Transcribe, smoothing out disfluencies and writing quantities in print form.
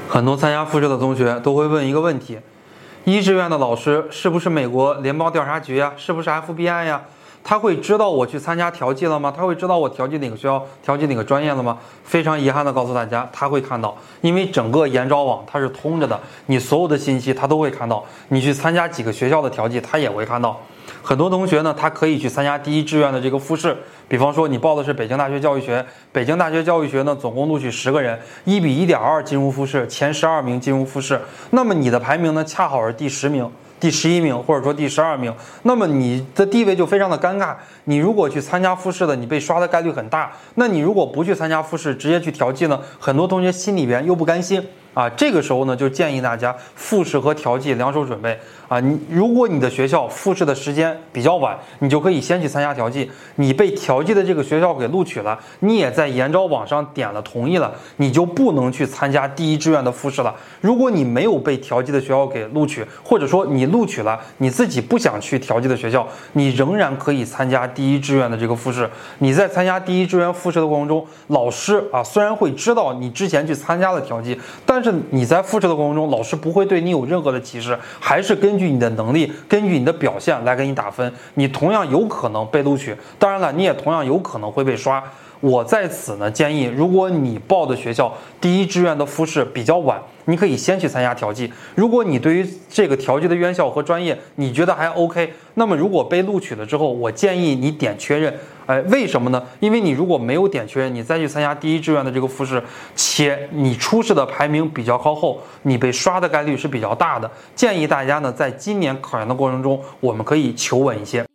很多参加复试的同学都会问一个问题：一志愿的老师是不是美国联邦调查局呀？是不是 FBI 呀？他会知道我去参加调剂了吗？他会知道我调剂哪个学校、调剂哪个专业了吗？非常遗憾的告诉大家，他会看到，因为整个研招网它是通着的，你所有的信息他都会看到。你去参加几个学校的调剂，他也会看到。很多同学呢，他可以去参加第一志愿的这个复试，比方说你报的是北京大学教育学，北京大学教育学呢总共录取10个人，1:1.2进入复试，前12名进入复试，那么你的排名呢恰好是第10名。第11名，或者说第12名，那么你的地位就非常的尴尬。你如果去参加复试的，你被刷的概率很大；那你如果不去参加复试，直接去调剂呢，很多同学心里边又不甘心啊。这个时候呢，就建议大家复试和调剂两手准备啊。如果你的学校复试的时间比较晚，你就可以先去参加调剂。你被调剂的这个学校给录取了，你也在研招网上点了同意了，你就不能去参加第一志愿的复试了。如果你没有被调剂的学校给录取，或者说你录取了，你自己不想去调剂的学校，你仍然可以参加第一志愿的这个复试。你在参加第一志愿复试的过程中，老师虽然会知道你之前去参加了调剂，但是你在复试的过程中，老师不会对你有任何的歧视，还是根据你的能力，根据你的表现来给你打分。你同样有可能被录取，当然了，你也同样有可能会被刷。我在此呢建议，如果你报的学校第一志愿的复试比较晚，你可以先去参加调剂。如果你对于这个调剂的院校和专业你觉得还 OK， 那么如果被录取了之后，我建议你点确认。为什么呢？因为你如果没有点确认，你再去参加第一志愿的这个复试，且你初试的排名比较靠后，你被刷的概率是比较大的。建议大家呢，在今年考研的过程中，我们可以求稳一些。